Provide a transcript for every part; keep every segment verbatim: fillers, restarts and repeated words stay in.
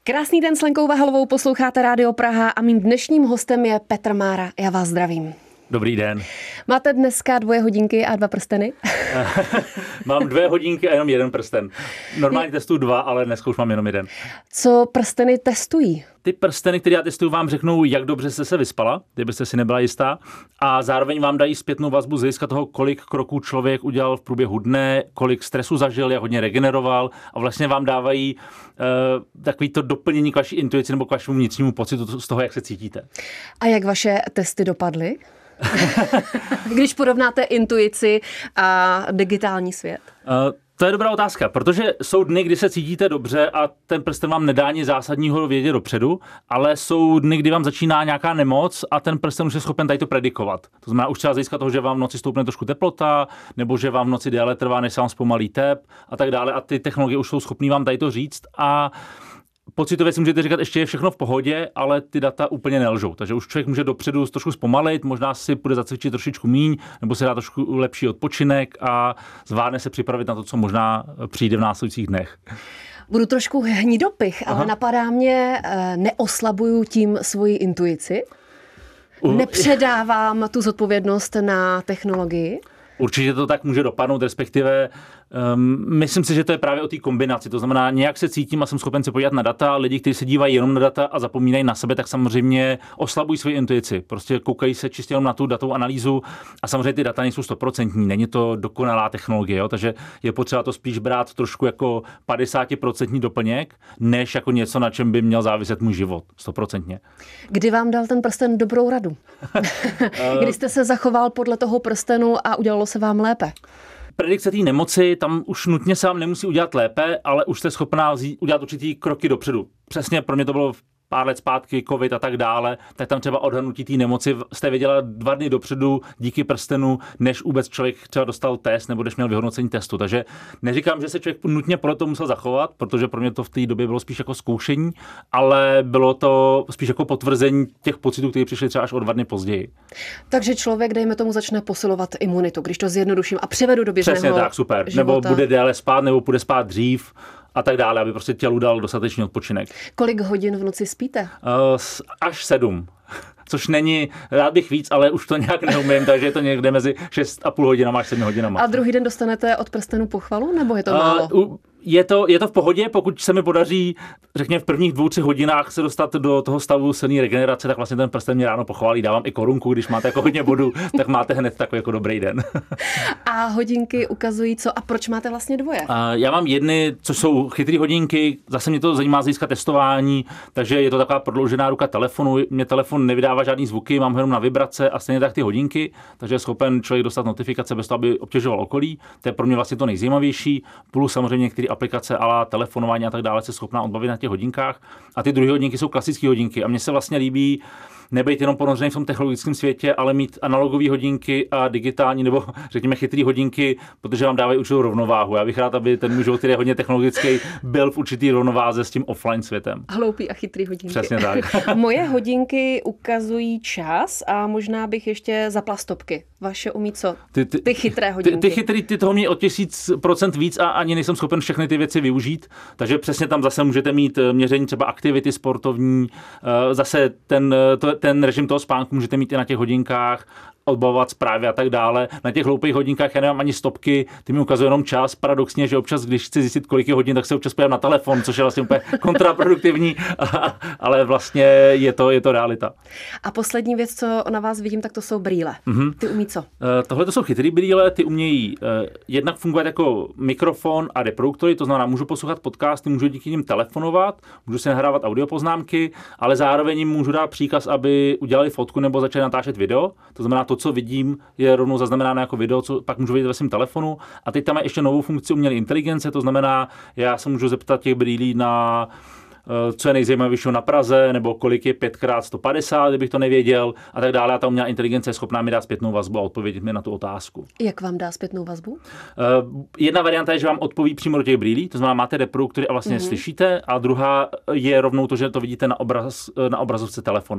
Krásný den s Lenkou Vahalovou, posloucháte Rádio Praha a mým dnešním hostem je Petr Mára. Já vás zdravím. Dobrý den. Máte dneska dvoje hodinky a dva prsteny? Mám dvě hodinky a jenom jeden prsten. Normálně testuju dva, ale dneska už mám jenom jeden. Co prsteny testují? Ty prsteny, které já testuju, vám řeknou, jak dobře jste se vyspala, kdybyste si nebyla jistá. A zároveň vám dají zpětnou vazbu z hlediska toho, kolik kroků člověk udělal v průběhu dne, kolik stresu zažil, jak hodně regeneroval. A vlastně vám dávají uh, takový to doplnění k vaší intuici nebo k vašemu vnitřnímu pocitu z toho, jak se cítíte. A jak vaše testy dopadly? Když porovnáte intuici a digitální svět. Uh, To je dobrá otázka, protože jsou dny, kdy se cítíte dobře a ten prsten vám nedá nic zásadního vědět dopředu, ale jsou dny, kdy vám začíná nějaká nemoc a ten prsten už je schopen tady to predikovat. To znamená už třeba získat toho, že vám v noci stoupne trošku teplota, nebo že vám v noci déle trvá, než se vám zpomalí tep a tak dále. A ty technologie už jsou schopný vám tady to říct a pocitově si můžete říkat, ještě je všechno v pohodě, ale ty data úplně nelžou. Takže už člověk může dopředu trošku zpomalit, možná si půjde zacvičit trošičku míň, nebo si dá trošku lepší odpočinek a zvládne se připravit na to, co možná přijde v následujících dnech. Budu trošku hnidopich, ale Aha. napadá mě, neoslabuju tím svoji intuici? Uh, Nepředávám tu zodpovědnost na technologii? Určitě to tak může dopadnout, respektive um, myslím si, že to je právě o té kombinaci. To znamená, nějak se cítím a jsem schopen se podívat na data. Lidi, kteří se dívají jenom na data a zapomínají na sebe, tak samozřejmě oslabují svoji intuici. Prostě koukají se čistě jenom na tu datovou analýzu a samozřejmě ty data nejsou stoprocentní. Není to dokonalá technologie, jo? Takže je potřeba to spíš brát trošku jako padesátiprocentní doplněk, než jako něco, na čem by měl záviset můj život. stoprocentně. Kdy vám dal ten prsten dobrou radu? Kdy jste se zachoval podle toho prstenu a udělalo se vám lépe? Predikce té nemoci, tam už nutně se vám nemusí udělat lépe, ale už jste schopná udělat určitý kroky dopředu. Přesně pro mě to bylo pár let zpátky, covid a tak dále, tak tam třeba odhadnutí té nemoci jste věděla dva dny dopředu díky prstenu, než vůbec člověk třeba dostal test nebo než měl vyhodnocení testu. Takže neříkám, že se člověk nutně podle toho musel zachovat, protože pro mě to v té době bylo spíš jako zkoušení, ale bylo to spíš jako potvrzení těch pocitů, které přišly třeba až o dva dny později. Takže člověk, dejme tomu, začne posilovat imunitu, když to zjednoduším a přivedu do běžného Přesně tak, super. života. Nebo bude déle spát, nebo bude spát dřív a tak dále, aby prostě tělu dal dostatečný odpočinek. Kolik hodin v noci spíte? Uh, až sedm. Což není, rád bych víc, ale už to nějak neumím, takže je to někde mezi šest a půl hodinama až sedm hodinama. A druhý den dostanete od prstenu pochvalu, nebo je to málo? Uh, je, to, je to v pohodě, pokud se mi podaří, řekněme, v prvních dvou, třech hodinách se dostat do toho stavu silné regenerace, tak vlastně ten prsten mě ráno pochválí, dávám i korunku, když máte jako hodně bodů, tak máte hned takový jako dobrý den. A hodinky ukazují co a proč máte vlastně dvoje? Uh, já mám jedny, co jsou chytrý hodinky, zase mě to zajímá z hlediska testování, takže je to taková prodloužená ruka telefonu, mě telefon nevydává žádný zvuky, mám ho jenom na vibrace a stejně tak ty hodinky, takže je schopen člověk dostat notifikace bez toho, aby obtěžoval okolí. To je pro mě vlastně to nejzajímavější. Plus samozřejmě některé aplikace ala telefonování a tak dále se schopná odbavit na těch hodinkách. A ty druhé hodinky jsou klasické hodinky. A mně se vlastně líbí nebejt jenom ponořený v tom technologickém světě, ale mít analogové hodinky a digitální nebo řekněme chytrý hodinky, protože vám dávají určitou rovnováhu. Já bych rád, aby ten můj život, který je hodně technologický, byl v určitý rovnováze s tím offline světem. Hloupý a chytrý hodinky. Přesně tak. Moje hodinky ukazují čas a možná bych ještě zapla stopky. Vaše umí co? Ty, ty, ty chytré hodinky. Ty, ty chytrý, ty toho mě o tisíc procent víc a ani nejsem schopen všechny ty věci využít. Takže přesně tam zase můžete mít měření třeba aktivity sportovní, zase ten, to, ten režim toho spánku můžete mít i na těch hodinkách, odbavovat zprávy a tak dále. Na těch hloupých hodinkách já nemám ani stopky, ty mi ukazují jenom čas. Paradoxně, že občas, když chci zjistit, kolik je hodin, tak se občas podívám na telefon, což je vlastně úplně kontraproduktivní, ale vlastně je to, je to realita. A poslední věc, co na vás vidím, tak to jsou brýle. Mm-hmm. Ty umí co? Uh, tohle to jsou chytrý brýle, ty umějí uh, jednak fungovat jako mikrofon a reproduktory, to znamená, můžu poslouchat podcasty, můžu díky nim telefonovat, můžu si nahrávat audiopoznámky, ale zároveň jim můžu dát příkaz, aby udělali fotku nebo začali natáčet video. To znamená, to, co vidím, je rovnou zaznamenáno jako video, co pak můžu vidět ve svém telefonu. A teď tam je ještě novou funkci umělé inteligence, to znamená, já se můžu zeptat těch brýlí na co je nejzajímavějšího na Praze, nebo kolik je pět krát sto padesát, kdybych to nevěděl, a tak dále. A ta umělá inteligence je schopná mi dát zpětnou vazbu a odpovědět mi na tu otázku. Jak vám dá zpětnou vazbu? Uh, jedna varianta je, že vám odpoví přímo do těch brýlí, to znamená, máte reproduktory a vlastně mm-hmm. slyšíte, a druhá je rovnou to, že to vidíte na, obraz, na obrazovce telefonu.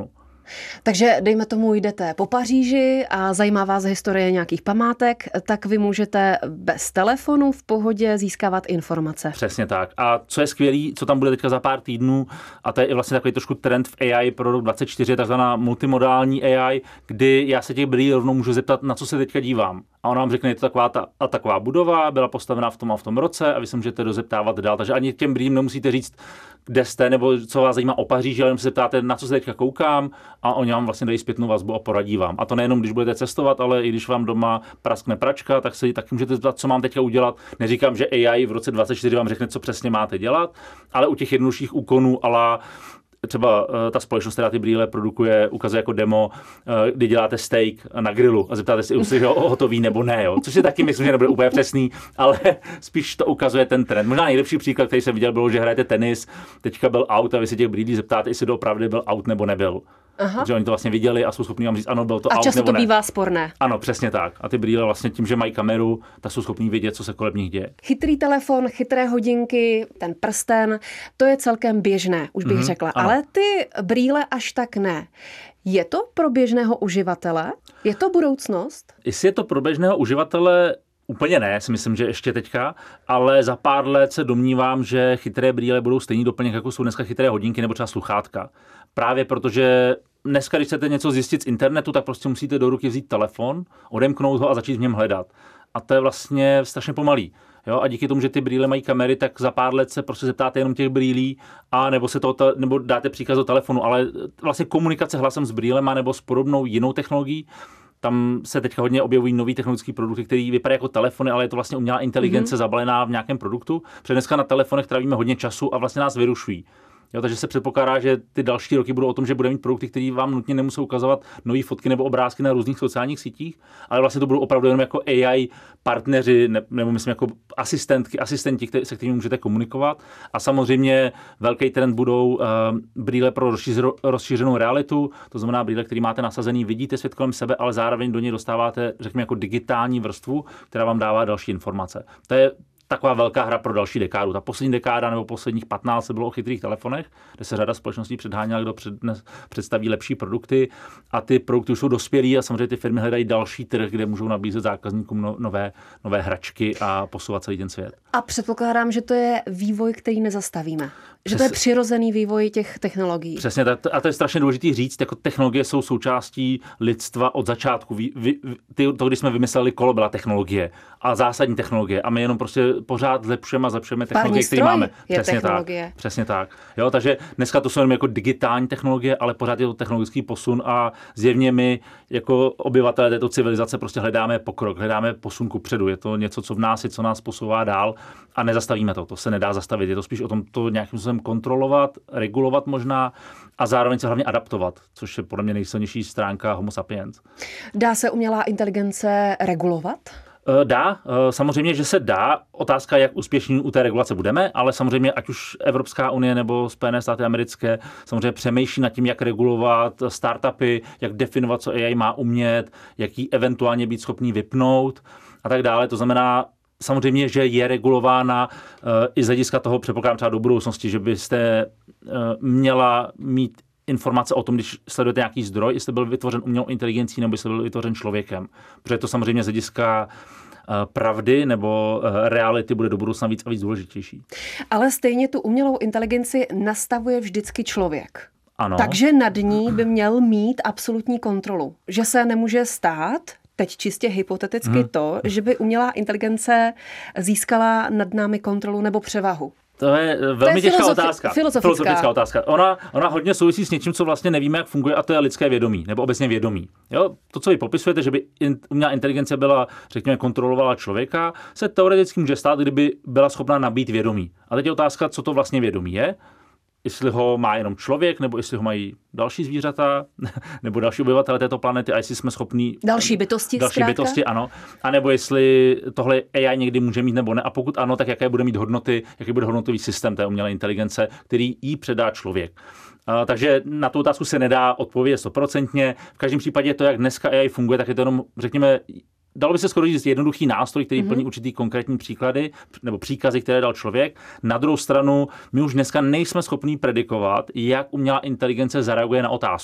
Takže dejme tomu, jdete po Paříži a zajímá vás historie nějakých památek, tak vy můžete bez telefonu v pohodě získávat informace. Přesně tak. A co je skvělý, co tam bude teďka za pár týdnů, a to je vlastně takový trošku trend v A I pro rok dvacet čtyři, takzvaná multimodální A I, kdy já se těch brýlí rovnou můžu zeptat, na co se teďka dívám. A ona vám řekne, je to taková ta a taková budova, byla postavena v tom a v tom roce a vy se můžete dozeptávat dál. Takže ani těm brýlím nemusíte říct, kde jste, nebo co vás zajímá o Paříži, ale se ptáte, na co se teďka koukám, a oni vám vlastně dají zpětnou vazbu a poradí vám. A to nejenom, když budete cestovat, ale i když vám doma praskne pračka, tak se taky můžete zeptat, co mám teďka udělat. Neříkám, že A I v roce dvacet čtyři vám řekne, co přesně máte dělat, ale u těch jednodušších úkonů, ala třeba ta společnost, která ty brýle produkuje, ukazuje jako demo, kdy děláte steak na grilu a zeptáte se, jestli je hotový nebo ne. Jo. Což si taky myslím, že nebude úplně přesný, ale spíš to ukazuje ten trend. Možná nejlepší příklad, který jsem viděl, bylo, že hrajete tenis, teďka byl out a vy si těch brýlí zeptáte, jestli doopravdy byl out nebo nebyl. Aha. Protože oni to vlastně viděli a jsou schopni vám říct, ano, byl to a out často nebo to ne. bývá sporné. Ano, přesně tak. A ty brýle vlastně tím, že mají kameru, tak jsou schopní vidět, co se kolem nich děje. Chytrý telefon, chytré hodinky, ten prsten, to je celkem běžné, už bych mm-hmm, řekla. Ano. Ale ty brýle až tak ne. Je to pro běžného uživatele? Je to budoucnost? Jestli je to pro běžného uživatele, úplně ne, si myslím, že ještě teďka, ale za pár let se domnívám, že chytré brýle budou stejný doplněk, jako jsou dneska chytré hodinky nebo třeba sluchátka. Právě protože dneska, když chcete něco zjistit z internetu, tak prostě musíte do ruky vzít telefon, odemknout ho a začít v něm hledat. A to je vlastně strašně pomalý. Jo? A díky tomu, že ty brýle mají kamery, tak za pár let se prostě zeptáte jenom těch brýlí, a nebo se to, nebo dáte příkaz do telefonu, ale vlastně komunikace hlasem s brýlema nebo s podobnou jinou technologií. Tam se teďka hodně objevují nový technologické produkty, které vypadají jako telefony, ale je to vlastně umělá inteligence mm-hmm. zabalená v nějakém produktu. Protože dneska na telefonech trávíme hodně času a vlastně nás vyrušují. Jo, takže se předpokládá, že ty další roky budou o tom, že budeme mít produkty, které vám nutně nemusí ukazovat nové fotky nebo obrázky na různých sociálních sítích, ale vlastně to budou opravdu jenom jako A I partneři, ne, nebo myslím jako asistentky, asistenti, který, se kterými můžete komunikovat. A samozřejmě velký trend budou uh, brýle pro rozšířenou, rozšířenou realitu, to znamená brýle, které máte nasazený, vidíte svět kolem sebe, ale zároveň do něj dostáváte, řekněme, jako digitální vrstvu, která vám dává další informace. To je taková velká hra pro další dekádu. Ta poslední dekáda nebo posledních patnáct bylo o chytrých telefonech, kde se řada společností předháněla, kdo přednes, představí lepší produkty, a ty produkty už jsou dospělí a samozřejmě ty firmy hledají další trh, kde můžou nabízet zákazníkům no, nové, nové hračky a posouvat celý ten svět. A předpokládám, že to je vývoj, který nezastavíme. Že to je přirozený vývoj těch technologií. Přesně, a to je strašně důležité říct, jako technologie jsou součástí lidstva od začátku. Vy, vy, ty, to, když jsme vymysleli kolo, byla technologie a zásadní technologie, a my jenom prostě pořád zlepšujeme a zlepšujeme technologie, které máme. Přesně tak. Přesně tak. Jo, takže dneska to jsou jenom jako digitální technologie, ale pořád je to technologický posun a zjevně my jako obyvatelé této civilizace prostě hledáme pokrok, hledáme posun kupředu. Je to něco, co v nás je, co nás posouvá dál, a nezastavíme to. To se nedá zastavit. Je to spíš o tom to nějakým způsobem kontrolovat, regulovat možná a zároveň se hlavně adaptovat, což je podle mě nejsilnější stránka Homo sapiens. Dá se umělá inteligence regulovat? Dá, samozřejmě, že se dá. Otázka, jak úspěšní u té regulace budeme, ale samozřejmě ať už Evropská unie nebo Spojené státy americké samozřejmě přemýšlí nad tím, jak regulovat startupy, jak definovat, co A I má umět, jak ji eventuálně být schopný vypnout a tak dále. To znamená, samozřejmě, že je regulována uh, i z hlediska toho, předpokládám třeba do budoucnosti, že byste uh, měla mít informace o tom, když sledujete nějaký zdroj, jestli byl vytvořen umělou inteligencí nebo jestli byl vytvořen člověkem. Protože to samozřejmě z hlediska uh, pravdy nebo uh, reality bude do budoucna víc a víc důležitější. Ale stejně tu umělou inteligenci nastavuje vždycky člověk. Ano. Takže nad ní by měl mít absolutní kontrolu. Že se nemůže stát, teď čistě hypoteticky hmm. to, že by umělá inteligence získala nad námi kontrolu nebo převahu. To je velmi to je těžká filozofi- otázka. Filozofická. Filozofická otázka. Ona, ona hodně souvisí s něčím, co vlastně nevíme, jak funguje, a to je lidské vědomí, nebo obecně vědomí. Jo? To, co vy popisujete, že by in, umělá inteligence byla, řekněme, kontrolovala člověka, se teoreticky může stát, kdyby byla schopná nabít vědomí. A teď je otázka, co to vlastně vědomí je. Jestli ho má jenom člověk, nebo jestli ho mají další zvířata, nebo další obyvatele této planety, a jestli jsme schopní... Další bytosti, Další zkrátka? bytosti, ano. A nebo jestli tohle A I někdy může mít nebo ne. A pokud ano, tak jaké bude mít hodnoty, jaký bude hodnotový systém té umělé inteligence, který jí předá člověk. Uh, takže na tu otázku se nedá odpovědět stoprocentně. V každém případě to, jak dneska A I funguje, tak je to jenom, řekněme, dalo by se skoro říct jednoduchý nástroj, který mm-hmm. plní určitý konkrétní příklady nebo příkazy, které dal člověk. Na druhou stranu, my už dneska nejsme schopní predikovat, jak umělá inteligence zareaguje na otázku.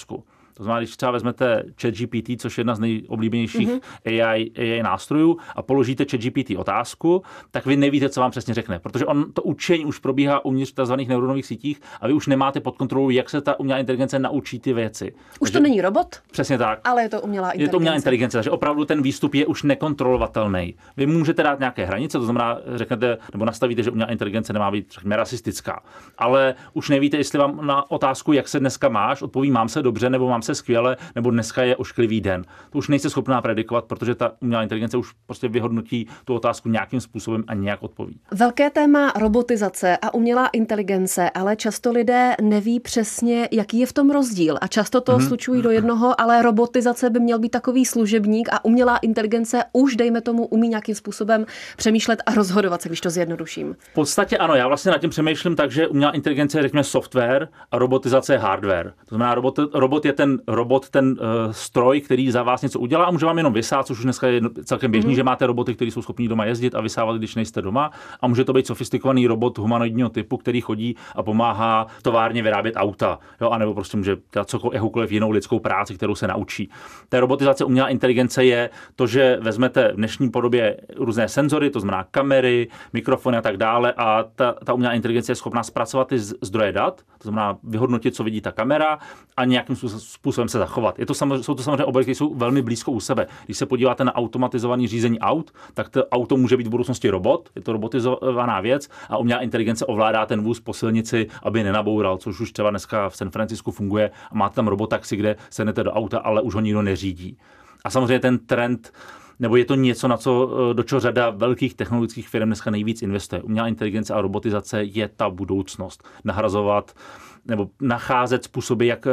To znamená, když třeba vezmete ChatGPT, což je jedna z nejoblíbenějších mm-hmm. A I, A I nástrojů, a položíte ChatGPT otázku, tak vy nevíte, co vám přesně řekne, protože on to učení už probíhá uvnitř tzv. Neuronových sítích a vy už nemáte pod kontrolou, jak se ta umělá inteligence naučí ty věci. Už takže, to není robot? Přesně tak. Ale je to umělá inteligence. Je to umělá inteligence, takže opravdu ten výstup je už nekontrolovatelný. Vy můžete dát nějaké hranice, to znamená, řeknete nebo nastavíte, že umělá inteligence nemá být řekněme rasistická, ale už nevíte, jestli vám na otázku, jak se dneska máš, odpoví mám se dobře nebo mám se skvěle, nebo dneska je ošklivý den. To už nejste schopná predikovat, protože ta umělá inteligence už prostě vyhodnotí tu otázku nějakým způsobem a nějak odpoví. Velké téma robotizace a umělá inteligence, ale často lidé neví přesně, jaký je v tom rozdíl a často to mm-hmm. slučují do jednoho, ale robotizace by měl být takový služebník a umělá inteligence už, dejme tomu, umí nějakým způsobem přemýšlet a rozhodovat se, když to zjednoduším. V podstatě ano, já vlastně nad tím přemýšlím tak, že umělá inteligence je řekněme software a robotizace je hardware. To znamená, robot, robot je ten robot, ten uh, stroj, který za vás něco udělá a může vám jenom vysát, což už dneska je celkem běžný, mm-hmm. že máte roboty, které jsou schopní doma jezdit a vysávat, když nejste doma, a může to být sofistikovaný robot humanoidního typu, který chodí a pomáhá továrně vyrábět auta, jo, anebo prostě může dělat cokoliv, jakoukoliv jinou lidskou práci, kterou se naučí. Ta robotizace umělá inteligence je to, že vezmete v dnešní podobě různé senzory, to znamená kamery, mikrofony a tak dále, a ta, ta umělá inteligence je schopná zpracovat ty zdroje dat, to znamená vyhodnotit, co vidí ta kamera a nějakým způsobem se zachovat. Je to samozřejmě, jsou to samozřejmě obory, které jsou velmi blízko u sebe. Když se podíváte na automatizované řízení aut, tak to auto může být v budoucnosti robot, je to robotizovaná věc a umělá inteligence ovládá ten vůz po silnici, aby nenaboural, což už třeba dneska v San Francisku funguje a máte tam robotaxi, kde sednete do auta, ale už ho nikdo neřídí. A samozřejmě ten trend, nebo je to něco, na co, do čeho řada velkých technologických firm dneska nejvíc investuje. Umělá inteligence a robotizace je ta budoucnost. Nahrazovat nebo nacházet způsoby, jak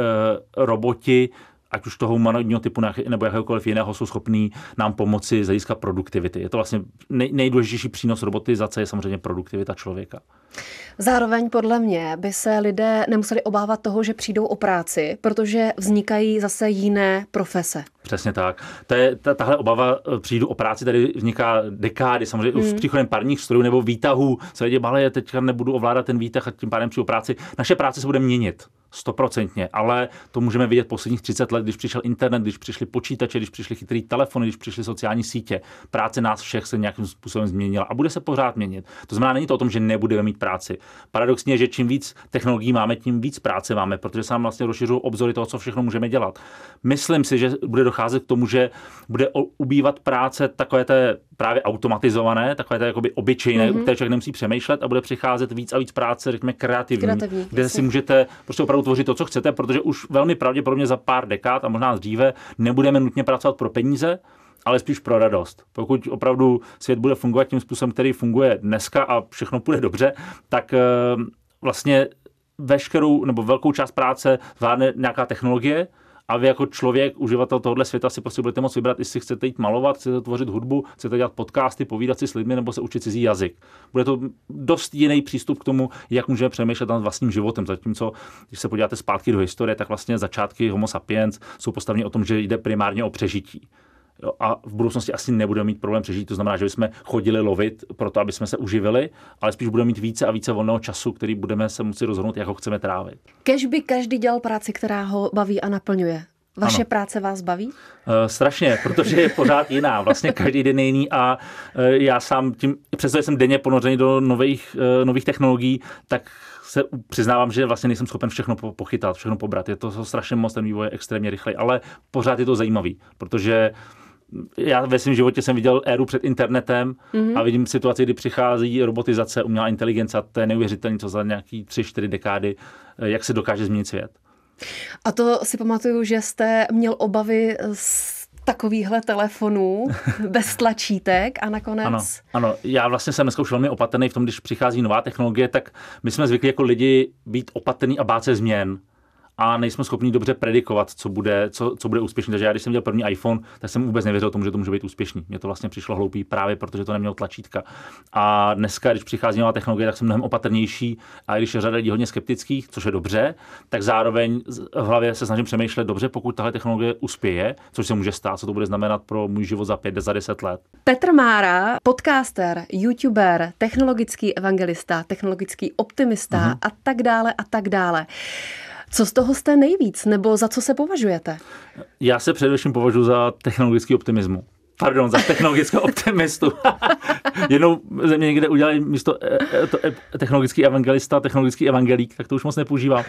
roboti, ať už toho humanoidního typu nebo jakéhokoliv jiného, jsou schopní nám pomoci z hlediska produktivity. Je to vlastně nej, nejdůležitější přínos robotizace je samozřejmě produktivita člověka. Zároveň podle mě by se lidé nemuseli obávat toho, že přijdou o práci, protože vznikají zase jiné profese. Přesně tak. To je, ta, tahle obava přijdu o práci tady vzniká dekády, samozřejmě hmm. už s příchodem parních strojů nebo výtahů. Se lidi bále, teďka nebudu ovládat ten výtah a tím pádem přijdu o práci. Naše práce se bude měnit. Stoprocentně, ale to můžeme vidět posledních třicet let, když přišel internet, když přišly počítače, když přišly chytrý telefony, když přišly sociální sítě. Práce nás všech se nějakým způsobem změnila a bude se pořád měnit. To znamená, není to o tom, že nebudeme mít práci. Paradoxně je, že čím víc technologií máme, tím víc práce máme, protože se nám vlastně rozšiřují obzory toho, co všechno můžeme dělat. Myslím si, že bude docházet k tomu, že bude ubývat práce takové té právě automatizované, takové té jakoby obyčejné, mm-hmm. které člověk nemusí přemýšlet, a bude přicházet víc a víc práce, řekněme kreativní, Kreativní kde jasně. si můžete prostě opravdu tvořit to, co chcete, protože už velmi pravděpodobně za pár dekád a možná dříve nebudeme nutně pracovat pro peníze, ale spíš pro radost. Pokud opravdu svět bude fungovat tím způsobem, který funguje dneska a všechno půjde dobře, tak vlastně veškerou nebo velkou část práce zvládne nějaká technologie, a vy jako člověk, uživatel tohohle světa, si prostě budete moct vybrat, jestli chcete jít malovat, chcete tvořit hudbu, chcete dělat podcasty, povídat si s lidmi nebo se učit cizí jazyk. Bude to dost jiný přístup k tomu, jak můžeme přemýšlet nad vlastním životem. Zatímco, když se podíváte zpátky do historie, tak vlastně začátky Homo sapiens jsou postaveny o tom, že jde primárně o přežití. Jo, a v budoucnosti asi nebudeme mít problém přežít, to znamená, že bychom chodili lovit proto, aby jsme se uživili, ale spíš budeme mít více a více volného času, který budeme se moci rozhodnout, jak ho chceme trávit. Kéž by každý dělal práci, která ho baví a naplňuje. Vaše ano. práce vás baví? Uh, strašně, protože je pořád jiná. Vlastně každý den je jiný a uh, já sám tím, přestože jsem denně ponořený do nových, uh, nových technologií, tak se přiznávám, že vlastně nejsem schopen všechno pochytat, všechno pobrat. Je to strašně moc, ten vývoj je extrémně rychlej, ale pořád je to zajímavý, protože já ve svém životě jsem viděl éru před internetem mm-hmm. a vidím situaci, kdy přichází robotizace, umělá inteligence, a to je neuvěřitelné, co za nějaký tři, čtyři dekády, jak se dokáže změnit svět. A to si pamatuju, že jste měl obavy z takovýchhle telefonů bez tlačítek a nakonec... Ano, ano, já vlastně jsem dneska už velmi opatrný v tom, když přichází nová technologie, tak my jsme zvyklí jako lidi být opatrný a bát se změn. A nejsme schopni dobře predikovat, co bude, co, co bude úspěšný. Takže já, když jsem měl první iPhone, tak jsem vůbec nevěřil tomu, že to může být úspěšný. Mně to vlastně přišlo hloupý právě, protože to nemělo tlačítka. A dneska, když přichází nová technologie, tak jsem mnohem opatrnější. A když je řada lidí hodně skeptických, což je dobře, tak zároveň v hlavě se snažím přemýšlet dobře, pokud tahle technologie uspěje, což se může stát, co to bude znamenat pro můj život za pět, za deset let. Petr Mára, podcaster, youtuber, technologický evangelista, technologický optimista mm-hmm. a tak dále a tak dále. Co z toho jste nejvíc, nebo za co se považujete? Já se především považuji za technologický optimismu. Pardon, za technologického optimistu. Jednou ze mě někde udělali místo to, technologický evangelista, technologický evangelík, tak to už moc nepoužívám.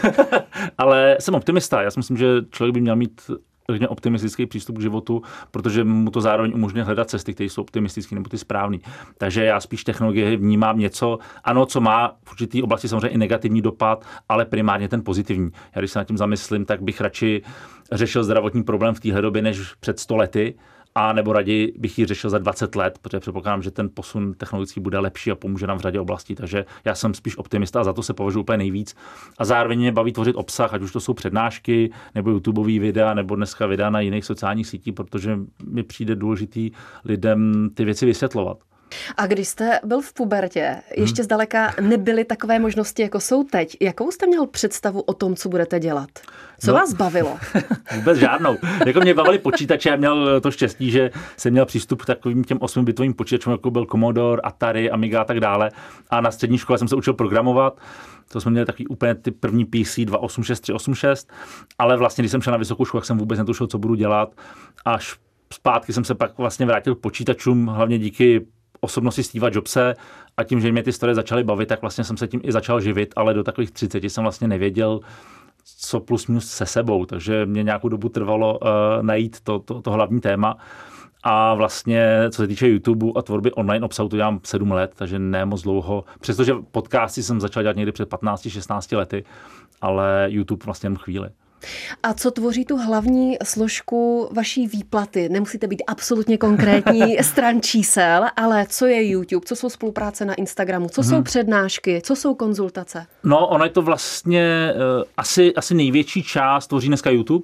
Ale jsem optimista. Já si myslím, že člověk by měl mít řekně optimistický přístup k životu, protože mu to zároveň umožňuje hledat cesty, které jsou optimistické nebo ty správný. Takže já spíš technologie vnímám něco, ano, co má v určitý oblasti samozřejmě i negativní dopad, ale primárně ten pozitivní. Já když se nad tím zamyslím, tak bych radši řešil zdravotní problém v téhle době než před sto lety. A nebo raději bych ji řešil za dvacet let, protože předpokládám, že ten posun technologický bude lepší a pomůže nám v řadě oblastí. Takže já jsem spíš optimista a za to se považuji úplně nejvíc. A zároveň mě baví tvořit obsah, ať už to jsou přednášky, nebo YouTubeový videa, nebo dneska videa na jiných sociálních sítích, protože mi přijde důležitý lidem ty věci vysvětlovat. A když jste byl v pubertě, ještě zdaleka nebyly takové možnosti, jako jsou teď. Jakou jste měl představu o tom, co budete dělat? Co no, vás bavilo? Vůbec žádnou. Jako mě bavili počítače, já měl to štěstí, že jsem měl přístup k takovým těm osmibitovým počítačům, jako byl Commodore, Atari, Amiga a tak dále. A na střední škole jsem se učil programovat. To jsme měli takový úplně ty první P C dva osm šest tři osm šest, ale vlastně, když jsem šel na vysokou školu, jsem vůbec netušil, co budu dělat. Až zpátky jsem se pak vlastně vrátil k počítačům, hlavně díky osobnosti Steva Jobse a tím, že mě ty story začaly bavit, tak vlastně jsem se tím i začal živit, ale do takových třiceti jsem vlastně nevěděl, co plus minus se sebou, takže mě nějakou dobu trvalo uh, najít to, to, to hlavní téma. A vlastně, co se týče YouTube a tvorby online obsahu, to dělám sedm let, takže ne moc dlouho. Přestože podcasty jsem začal dělat někdy před patnácti šestnácti lety, ale YouTube vlastně jen chvíli. A co tvoří tu hlavní složku vaší výplaty? Nemusíte být absolutně konkrétní stran čísel, ale co je YouTube, co jsou spolupráce na Instagramu, co hmm. jsou přednášky, co jsou konzultace? No, ono je to vlastně uh, asi, asi největší část tvoří dneska YouTube.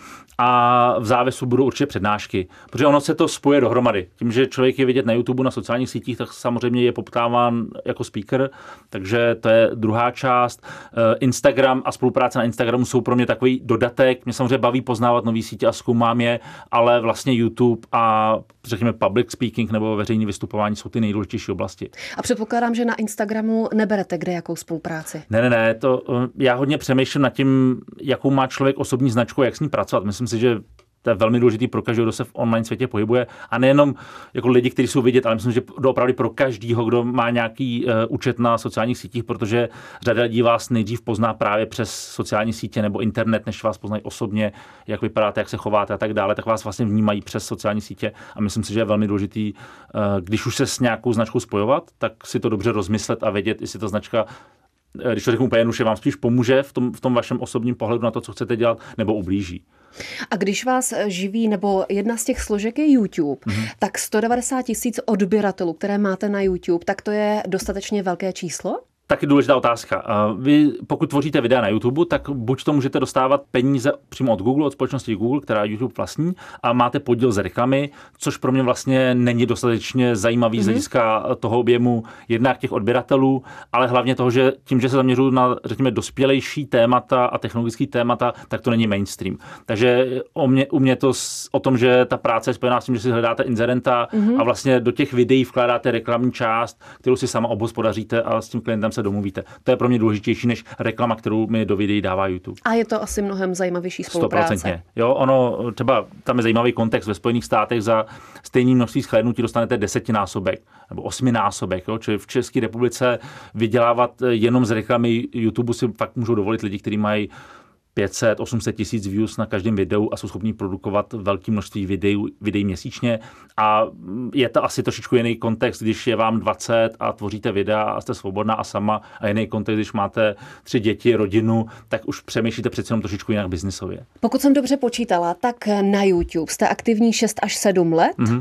A v závěsu budou určitě přednášky, protože ono se to spoje dohromady. Tím, že člověk je vidět na YouTube, na sociálních sítích, tak samozřejmě je poptáván jako speaker, takže to je druhá část. Instagram a spolupráce na Instagramu jsou pro mě takový dodatek. Mě samozřejmě baví poznávat nový sítě a zkoumám je, ale vlastně YouTube a řekněme public speaking nebo veřejné vystupování jsou ty nejdůležitější oblasti. A předpokládám, že na Instagramu neberete kde jakou spolupráci? Ne, ne, ne, to já hodně přemýšlím nad tím, jakou má člověk osobní značku, jak s ní pracovat. Myslím si, že to je velmi důležitý pro každého, kdo se v online světě pohybuje. A nejenom jako lidi, kteří jsou vidět, ale myslím, že opravdu pro každého, kdo má nějaký uh, účet na sociálních sítích, protože řada lidí vás nejdřív pozná právě přes sociální sítě nebo internet, než vás poznají osobně, jak vypadáte, jak se chováte a tak dále, tak vás vlastně vnímají přes sociální sítě. A myslím si, že je velmi důležitý, uh, když už se s nějakou značkou spojovat, tak si to dobře rozmyslet a vědět, jestli ta značka, když to řeknu úplně jednoduše, vám spíš pomůže v tom, v tom vašem osobním pohledu na to, co chcete dělat, nebo ublíží. A když vás živí, nebo jedna z těch složek je YouTube, mm-hmm. tak sto devadesát tisíc odběratelů, které máte na YouTube, tak to je dostatečně velké číslo? Taky důležitá otázka. Vy, pokud tvoříte videa na YouTube, tak buď to můžete dostávat peníze přímo od Google, od společnosti Google, která YouTube vlastní, a máte podíl z reklamy, což pro mě vlastně není dostatečně zajímavý mm-hmm. z hlediska toho objemu jednak těch odběratelů, ale hlavně toho, že tím, že se zaměřuju na, řekněme, dospělejší témata a technologické témata, tak to není mainstream. Takže o mě, u mě to o tom, že ta práce je spojená s tím, že si hledáte inzerenta mm-hmm. a vlastně do těch videí vkládáte reklamní část, kterou si sama obhospodaříte a s tím klientem se domluvíte. To je pro mě důležitější než reklama, kterou mi do videí dává YouTube. A je to asi mnohem zajímavější spolupráce. sto procent. Jo, ono, třeba tam je zajímavý kontext. Ve Spojených státech za stejný množství shlédnutí dostanete desetinásobek nebo osminásobek. Jo? Čili v České republice vydělávat jenom z reklamy YouTube si fakt můžou dovolit lidi, kteří mají pět set, osm set tisíc views na každém videu a jsou schopní produkovat velké množství videí, videí měsíčně. A je to asi trošičku jiný kontext, když je vám dvacet a tvoříte videa a jste svobodná a sama, a jiný kontext, když máte tři děti, rodinu, tak už přemýšlíte přece jenom trošičku jinak biznisově. Pokud jsem dobře počítala, tak na YouTube jste aktivní šest až sedm let mm-hmm.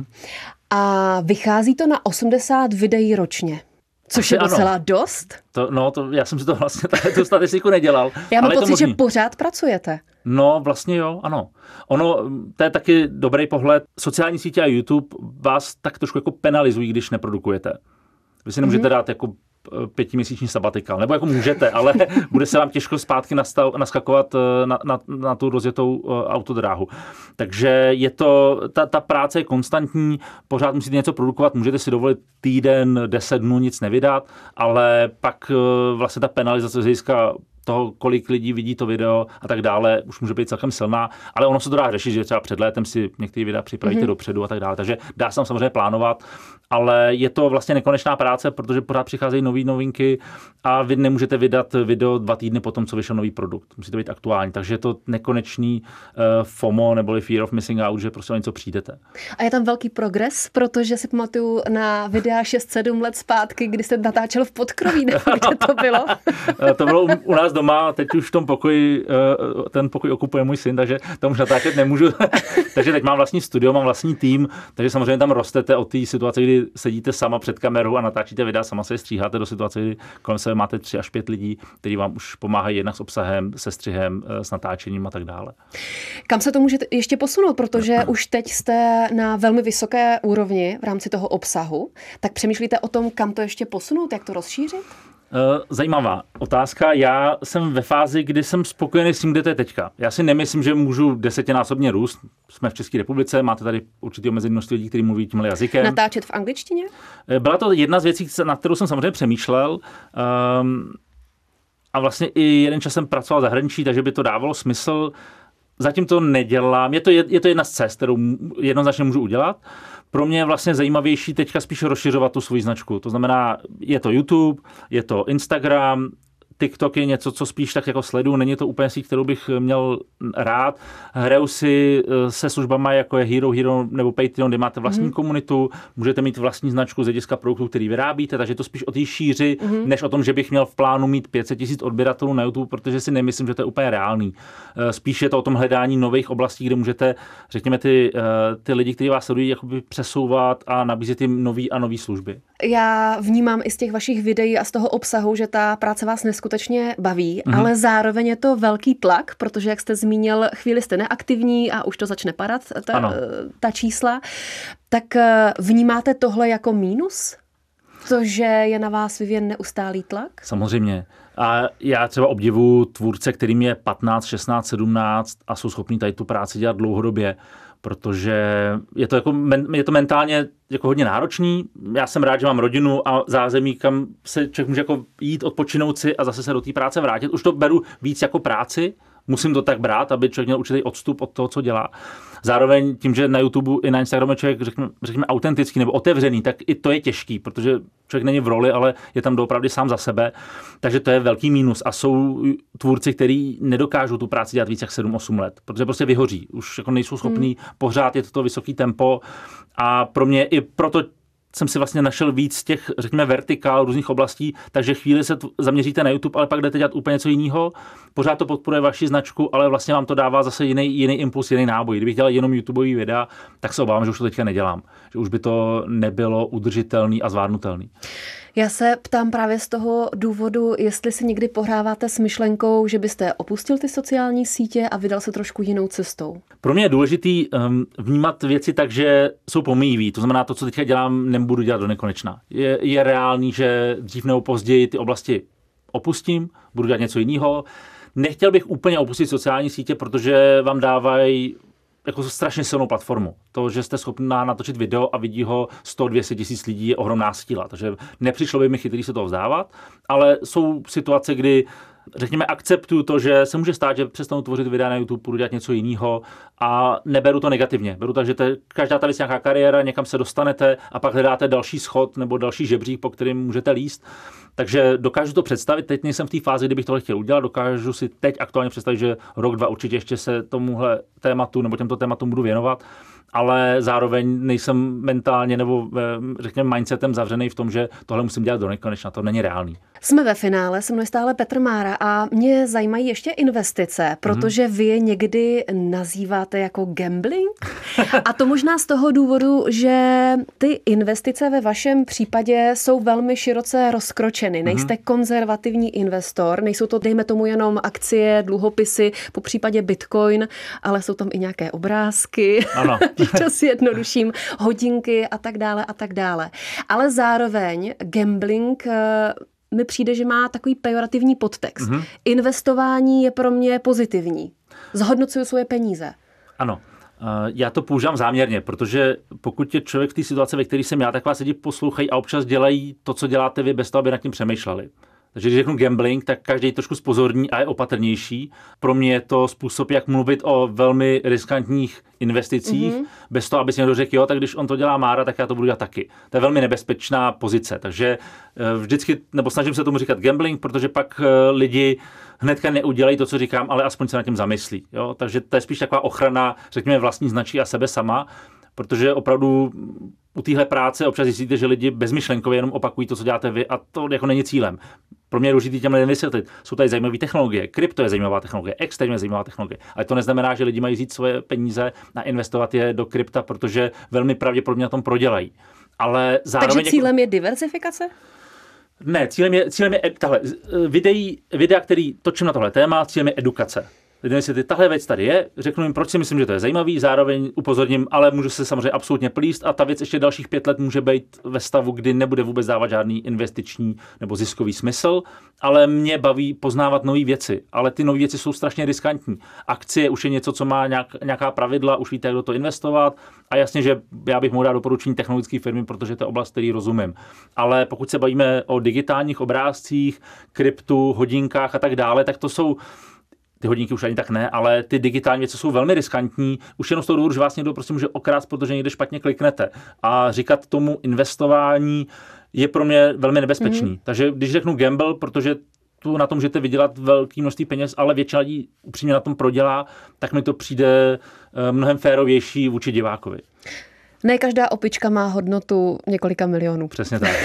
a vychází to na osmdesát videí ročně. Což Asi je docela ano. dost. To, no, to, já jsem si to vlastně tu statistiku nedělal. Já mám pocit, že pořád pracujete. No, vlastně jo, ano. Ono, to je taky dobrý pohled. Sociální sítě a YouTube vás tak trošku jako penalizují, když neprodukujete. Vy si nemůžete mm-hmm. dát jako pětiměsíční sabatikál, nebo jako můžete, ale bude se vám těžko zpátky nastav, naskakovat na, na, na tu rozjetou autodráhu. Takže je to, ta, ta práce je konstantní, pořád musíte něco produkovat, můžete si dovolit týden, deset dnů nic nevydat, ale pak vlastně ta penalizace z hlediska toho, kolik lidí vidí to video a tak dále, už může být celkem silná, ale ono se to dá řešit, že třeba před létem si některé videa připravíte mm-hmm. dopředu a tak dále, takže dá se tam samozřejmě plánovat, ale je to vlastně nekonečná práce, protože pořád přicházejí nové novinky a vy nemůžete vydat video dva týdny po tom, co vyšel nový produkt. Musí to být aktuální, takže je to nekonečný uh, FOMO neboli fear of missing out, že prostě o něco přijdete. A je tam velký progres, protože si pamatuju na videa šest sedm let zpátky, kdy jste natáčel v podkroví, nebo kde to bylo? To bylo u, u nás doma, teď už v tom pokoji, uh, ten pokoj okupuje můj syn, takže tam už natáčet nemůžu. Takže teď mám vlastní studio, mám vlastní tým, takže samozřejmě tam rostete od té situace, kdy sedíte sama před kamerou a natáčíte videa, sama se je stříháte do situace, kdy kolem sebe máte tři až pět lidí, kteří vám už pomáhají jednak s obsahem, se střihem, s natáčením a tak dále. Kam se to může ještě posunout, protože už teď jste na velmi vysoké úrovni v rámci toho obsahu, tak přemýšlíte o tom, kam to ještě posunout, jak to rozšířit? Zajímavá otázka. Já jsem ve fázi, kdy jsem spokojený s tím, kde to je teďka. Já si nemyslím, že můžu desetinásobně růst. Jsme v České republice, máte tady určitě omezené množství lidí, kteří mluví tímhle jazykem. Natáčet v angličtině? Byla to jedna z věcí, na kterou jsem samozřejmě přemýšlel. Um, a vlastně i jeden čas jsem pracoval v zahraničí, takže by to dávalo smysl. Zatím to nedělám. Je to, je to jedna z cest, kterou jednoznačně můžu udělat. Pro mě je vlastně zajímavější teďka spíš rozšiřovat tu svoji značku. To znamená, je to YouTube, je to Instagram, TikTok je něco, co spíš tak jako sleduju. Není to úplně síť, kterou bych měl rád. Hraju si se službama, jako je Hero Hero nebo Patreon, kde máte vlastní mm. komunitu, můžete mít vlastní značku z hlediska produktů, který vyrábíte, takže to spíš o té šíři, mm. než o tom, že bych měl v plánu mít pět set tisíc odběratelů na YouTube, protože si nemyslím, že to je úplně reálný. Spíš je to o tom hledání nových oblastí, kde můžete, řekněme, ty, ty lidi, kteří vás sledují, jakoby přesouvat a nabízet jim nový a nový služby. Já vnímám i z těch vašich videí a z toho obsahu, že ta práce vás neskutečně baví, mm. ale zároveň je to velký tlak, protože, jak jste zmínil, chvíli jste neaktivní a už to začne padat, ta, ta čísla. Tak vnímáte tohle jako mínus? To, že je na vás vyvíjen neustálý tlak? Samozřejmě. A já třeba obdivuju tvůrce, kterým je patnáct, šestnáct, sedmnáct a jsou schopní tady tu práci dělat dlouhodobě, protože je to, jako, je to mentálně jako hodně náročný. Já jsem rád, že mám rodinu a zázemí, kam se člověk může jako jít, odpočinout si a zase se do té práce vrátit. Už to beru víc jako práci, musím to tak brát, aby člověk měl určitý odstup od toho, co dělá. Zároveň tím, že na YouTube i na Instagramu je člověk, řekněme, řekněme autentický nebo otevřený, tak i to je těžký, protože člověk není v roli, ale je tam doopravdy sám za sebe. Takže to je velký mínus. A jsou tvůrci, kteří nedokážou tu práci dělat víc jak sedm osm let, protože prostě vyhoří. Už jako nejsou schopní, hmm. pořád je to vysoký tempo. A pro mě i proto jsem si vlastně našel víc těch, řekněme, vertikál různých oblastí, takže chvíli se zaměříte na YouTube, ale pak jdete dělat úplně něco jiného. Pořád to podporuje vaši značku, ale vlastně vám to dává zase jiný, jiný impuls, jiný náboj. Kdybych dělal jenom YouTubeový videa, tak se obávám, že už to teďka nedělám. Že už by to nebylo udržitelný a zvládnutelný. Já se ptám právě z toho důvodu, jestli si někdy pohráváte s myšlenkou, že byste opustil ty sociální sítě a vydal se trošku jinou cestou. Pro mě je důležitý um, vnímat věci tak, že jsou pomíjivý. To znamená, to, co teďka dělám, nebudu dělat do nekonečna. Je, je reálný, že dřív nebo později ty oblasti opustím, budu dělat něco jiného. Nechtěl bych úplně opustit sociální sítě, protože vám dávají jako strašně silnou platformu. To, že jste schopná natočit video a vidí ho sto dvě stě tisíc lidí, je ohromná síla. Takže nepřišlo by mi chytrý se toho vzdávat, ale jsou situace, kdy řekněme, akceptuju to, že se může stát, že přestanu tvořit videa na YouTube, budu dělat něco jiného a neberu to negativně. Beru tak, že te, každá ta věc nějaká kariéra, někam se dostanete a pak hledáte další schod nebo další žebřík, po kterým můžete líst. Takže dokážu to představit, teď nejsem v té fázi, kdybych tohle chtěl udělat, dokážu si teď aktuálně představit, že rok, dva určitě ještě se tomuhle tématu nebo těmto tématům budu věnovat, ale zároveň nejsem mentálně nebo řekněme mindsetem zavřený v tom, že tohle musím dělat do nekonečna, to není reálný. Jsme ve finále, se mnou je stále Petr Mára a mě zajímají ještě investice, protože vy je někdy nazýváte jako gambling. A to možná z toho důvodu, že ty investice ve vašem případě jsou velmi široce rozkročeny. Nejste konzervativní investor, nejsou to, dejme tomu, jenom akcie, dluhopisy, po případě Bitcoin, ale jsou tam i nějaké obrázky, když to si jednoduším, hodinky a tak dále a tak dále. Ale zároveň gambling mi přijde, že má takový pejorativní podtext. Mm-hmm. Investování je pro mě pozitivní. Zhodnocuju svoje peníze. Ano. Já to používám záměrně, protože pokud je člověk v té situaci, ve které jsem já, tak vás lidi poslouchají a občas dělají to, co děláte vy, bez toho, aby nad tím přemýšleli. Takže když řeknu gambling, tak každý je trošku spozorní a je opatrnější. Pro mě je to způsob, jak mluvit o velmi riskantních investicích, mm-hmm. bez toho, aby si někdo řekl, jo, tak když on to dělá Mára, tak já to budu dělat taky. To je velmi nebezpečná pozice. Takže vždycky, nebo snažím se tomu říkat gambling, protože pak lidi hnedka neudělají to, co říkám, ale aspoň se nad tím zamyslí. Jo? Takže to je spíš taková ochrana, řekněme, vlastní značky a sebe sama, protože opravdu u téhle práce občas zjistíte, že lidi bezmyšlenkově jenom opakují to, co děláte vy, a to jako není cílem. Pro mě je důležité těm lidem vysvětlit. Jsou tady zajímavé technologie, krypto je zajímavá technologie, extrémně je zajímavá technologie. Ale to neznamená, že lidi mají vzít svoje peníze a investovat je do krypta, protože velmi pravděpodobně na tom prodělají. Ale zároveň Takže cílem je diversifikace? Ne, cílem je, cílem je tahle, videí, videa, který točím na tohle téma, cílem je edukace. Lidem si ty, tahle věc tady je, řeknu jim, proč si myslím, že to je zajímavý, zároveň upozorním, ale můžu se samozřejmě absolutně plíst a ta věc ještě dalších pět let může být ve stavu, kdy nebude vůbec dávat žádný investiční nebo ziskový smysl, ale mě baví poznávat nové věci, ale ty nové věci jsou strašně riskantní. Akcie už je něco, co má nějak, nějaká pravidla, už víte, jak do toho investovat a jasně, že já bych mohl dát doporučení technologické firmy, protože to je oblast, který rozumím. Ale pokud se bavíme o digitálních obrázcích, kryptu, hodinkách a tak dále, tak to jsou ty hodinky už ani tak ne, ale ty digitální věci jsou velmi riskantní, už jenom z toho důvodu, že vás někdo prostě může okrást, protože někde špatně kliknete. A říkat tomu investování je pro mě velmi nebezpečný. Mm-hmm. Takže když řeknu gamble, protože tu na tom můžete vydělat velké množství peněz, ale většina lidí upřímně na tom prodělá, tak mi to přijde mnohem férovější vůči divákovi. Ne každá opička má hodnotu několika milionů. Přesně tak.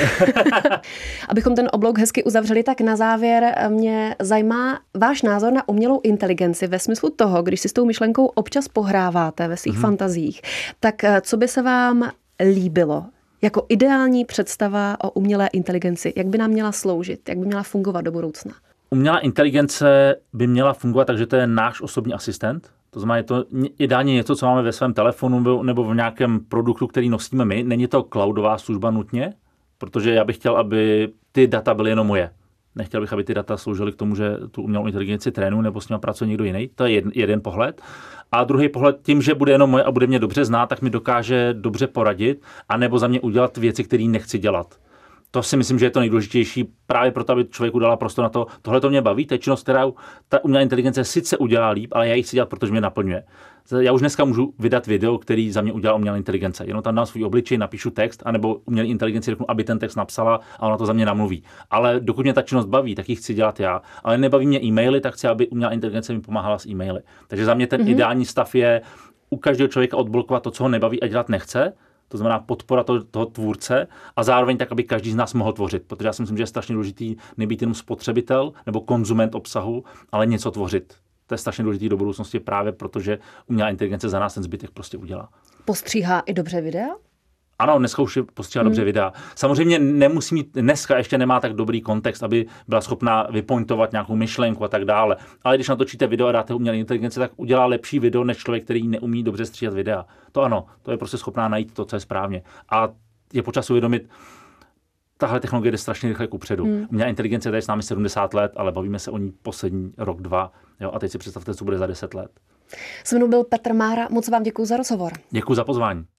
Abychom ten oblouk hezky uzavřeli, tak na závěr mě zajímá váš názor na umělou inteligenci ve smyslu toho, když si s tou myšlenkou občas pohráváte ve svých mm-hmm. fantazích, tak co by se vám líbilo jako ideální představa o umělé inteligenci? Jak by nám měla sloužit? Jak by měla fungovat do budoucna? Umělá inteligence by měla fungovat tak, že to je náš osobní asistent. To znamená, je to ideálně něco, co máme ve svém telefonu nebo v nějakém produktu, který nosíme my. Není to cloudová služba nutně, protože já bych chtěl, aby ty data byly jenom moje. Nechtěl bych, aby ty data sloužily k tomu, že tu umělou inteligenci trénu nebo s ním pracuje někdo jiný. To je jeden, jeden pohled. A druhý pohled, tím, že bude jenom moje a bude mě dobře znát, tak mi dokáže dobře poradit, anebo za mě udělat věci, které nechci dělat. To si myslím, že je to nejdůležitější právě proto, aby člověku dala prostor na to. Tohle to mě baví, to je činnost, kterou ta umělá inteligence sice udělá líp, ale já ji chci dělat, protože mě naplňuje. Já už dneska můžu vydat video, který za mě udělá umělá inteligence. Jenom tam dám svůj obličej, napíšu text, anebo umělé inteligenci řeknu, aby ten text napsala a ona to za mě namluví. Ale dokud mě ta činnost baví, tak ji chci dělat já. Ale nebaví mě e-maily, tak chci, aby umělá inteligence mi pomáhala s e-maily. Takže za mě ten mm-hmm. ideální stav je u každého člověka odblokovat to, co ho nebaví a dělat nechce. To znamená podpora toho, toho tvůrce a zároveň tak, aby každý z nás mohl tvořit. Protože já si myslím, že je strašně důležitý nebýt jenom spotřebitel nebo konzument obsahu, ale něco tvořit. To je strašně důležitý do budoucnosti právě protože umělá inteligence za nás ten zbytek prostě udělá. Postříhá i dobře videa? Ano, dneska už postříhá hmm. dobře videa. Samozřejmě nemusí mít, dneska ještě nemá tak dobrý kontext, aby byla schopná vypointovat nějakou myšlenku a tak dále. Ale když natočíte video a dáte umělé inteligenci, tak udělá lepší video než člověk, který neumí dobře stříhat videa. To ano, to je prostě schopná najít to, co je správně. A je počas uvědomit, tahle technologie jde strašně rychle kupředu. Hmm. Umělá inteligence je tady s námi sedmdesát let, ale bavíme se o ní poslední rok, dva. Jo? A teď si představte, co bude za deset let. Se mnou byl Petr Mára, moc vám děkuji za rozhovor. Děkuji za pozvání.